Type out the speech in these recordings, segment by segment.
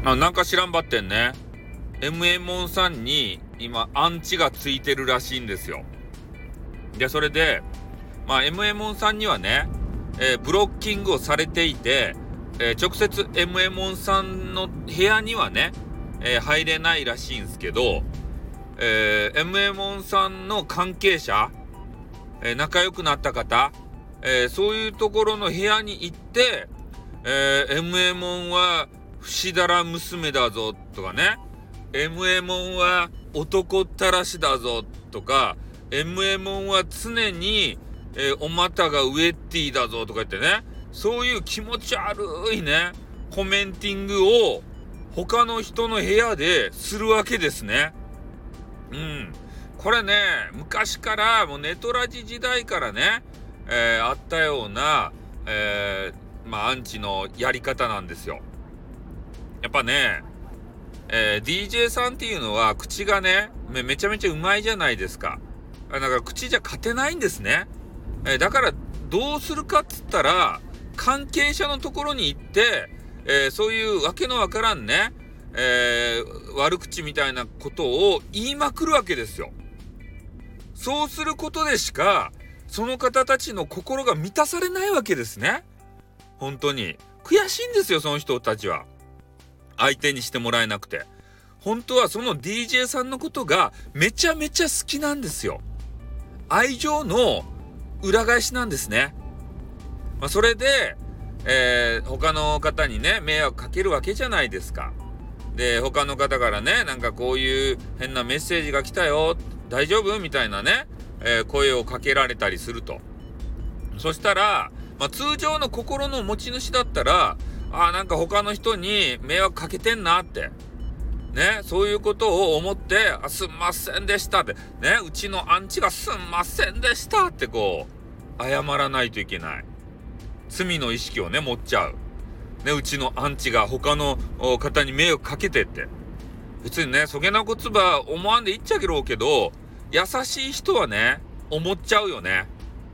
なんか知らんばってんね。MA モンさんに今アンチがついてるらしいんですよ。で、それで、MA モンさんにはね、ブロッキングをされていて、直接 MA モンさんの部屋にはね、入れないらしいんですけど、MA モンさんの関係者、仲良くなった方、そういうところの部屋に行って、MA モンは不死だら娘だぞとかね、MA モンは男ったらしだぞとか、MA モンは常に、お股がウエッティだぞとか言ってね、そういう気持ち悪いね、コメンティングを他の人の部屋でするわけですね。これね、昔からもうネトラジ時代からね、あったような、アンチのやり方なんですよ。やっぱね、DJ さんっていうのは口がね、めちゃめちゃうまいじゃないですか。だから口じゃ勝てないんですね。だからどうするかっつったら、関係者のところに行って、そういうわけのわからんね、悪口みたいなことを言いまくるわけですよ。そうすることでしかその方たちの心が満たされないわけですね。本当に悔しいんですよ、その人たちは。相手にしてもらえなくて。本当はその DJ さんのことがめちゃめちゃ好きなんですよ。愛情の裏返しなんですね。それで、他の方にね、迷惑かけるわけじゃないですか。で、他の方からね、なんかこういう変なメッセージが来たよ、大丈夫みたいなね、声をかけられたりすると。そしたら、通常の心の持ち主だったら、なんか他の人に迷惑かけてんなって。ね、そういうことを思って、すんませんでしたって。ね、うちのアンチがすんませんでしたってこう、謝らないといけない。罪の意識をね、持っちゃう。ね、うちのアンチが他の方に迷惑かけてって。別にね、そげなこつば思わんでいっちゃけろうけど、優しい人はね、思っちゃうよね。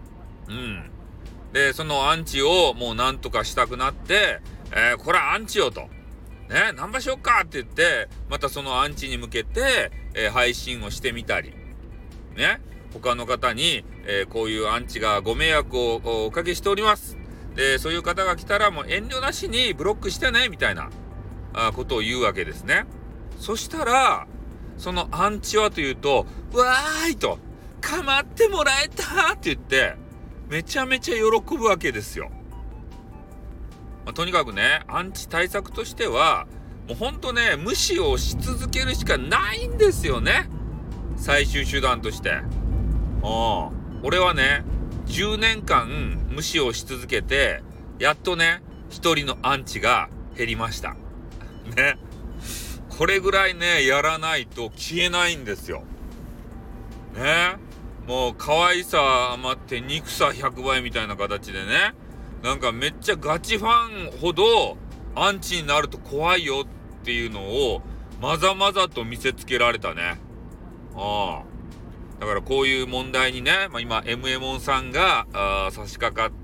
で、そのアンチをもうなんとかしたくなって、これはアンチよと。ね、何場しようかって言って、またそのアンチに向けて、配信をしてみたり。ね、他の方に、こういうアンチがご迷惑をおかけしております。で、そういう方が来たらもう遠慮なしにブロックしてね、みたいなことを言うわけですね。そしたら、そのアンチはというと、わーいと、構ってもらえたって言って、めちゃめちゃ喜ぶわけですよ。とにかくね、アンチ対策としては、もうほんとね、無視をし続けるしかないんですよね。最終手段として。俺はね、10年間無視をし続けて、やっとね、一人のアンチが減りました。ね。これぐらいね、やらないと消えないんですよ。ね。もう可愛さ余って憎さ100倍みたいな形でね、なんかめっちゃガチファンほどアンチになると怖いよっていうのをまざまざと見せつけられたね。だからこういう問題にね、今 MA モンさんが差し掛かって、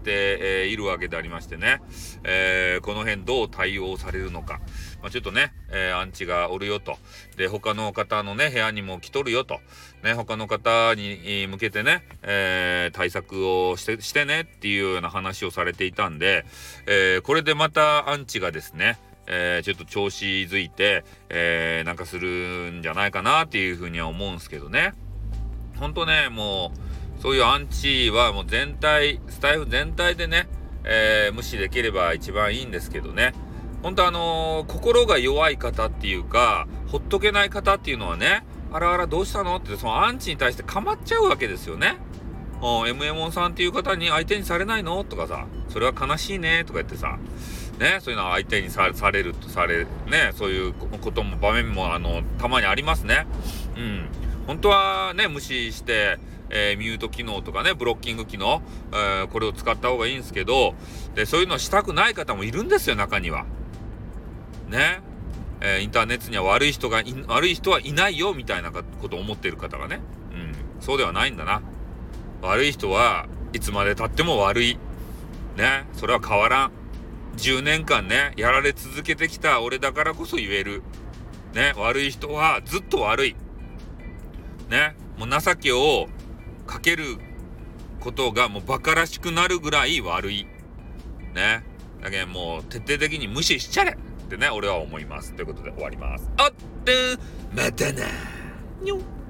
いるわけでありましてね、この辺どう対応されるのか、ちょっとね、アンチがおるよと。で、他の方のね、部屋にも来とるよと。ね、他の方に向けてね、対策をしてねっていうような話をされていたんで、これでまたアンチがですね、ちょっと調子づいて、なんかするんじゃないかなっていうふうには思うんですけどね。ほんとね、もうそういうアンチはもうスタイフ全体でね、無視できれば一番いいんですけどね。ほんと心が弱い方っていうか、ほっとけない方っていうのはね、あらあらどうしたのってそのアンチに対して構っちゃうわけですよね。MA モンさんっていう方に相手にされないのとかさ、それは悲しいねとか言ってさ、ね、そういうのは相手にされるとね、そういうことも場面もたまにありますね。本当はね、無視して、ミュート機能とかね、ブロッキング機能、これを使った方がいいんですけど、で、そういうのしたくない方もいるんですよ、中には。ね。インターネットには悪い人はいないよ、みたいなことを思っている方がね。そうではないんだな。悪い人はいつまで経っても悪い。ね。それは変わらん。 10年間ね、やられ続けてきた俺だからこそ言える。ね、悪い人はずっと悪い。ね、もう情けをかけることがもう馬鹿らしくなるぐらい悪い。ね。だけどもう徹底的に無視しちゃれってね、俺は思います。ということで終わります。またな。にょん。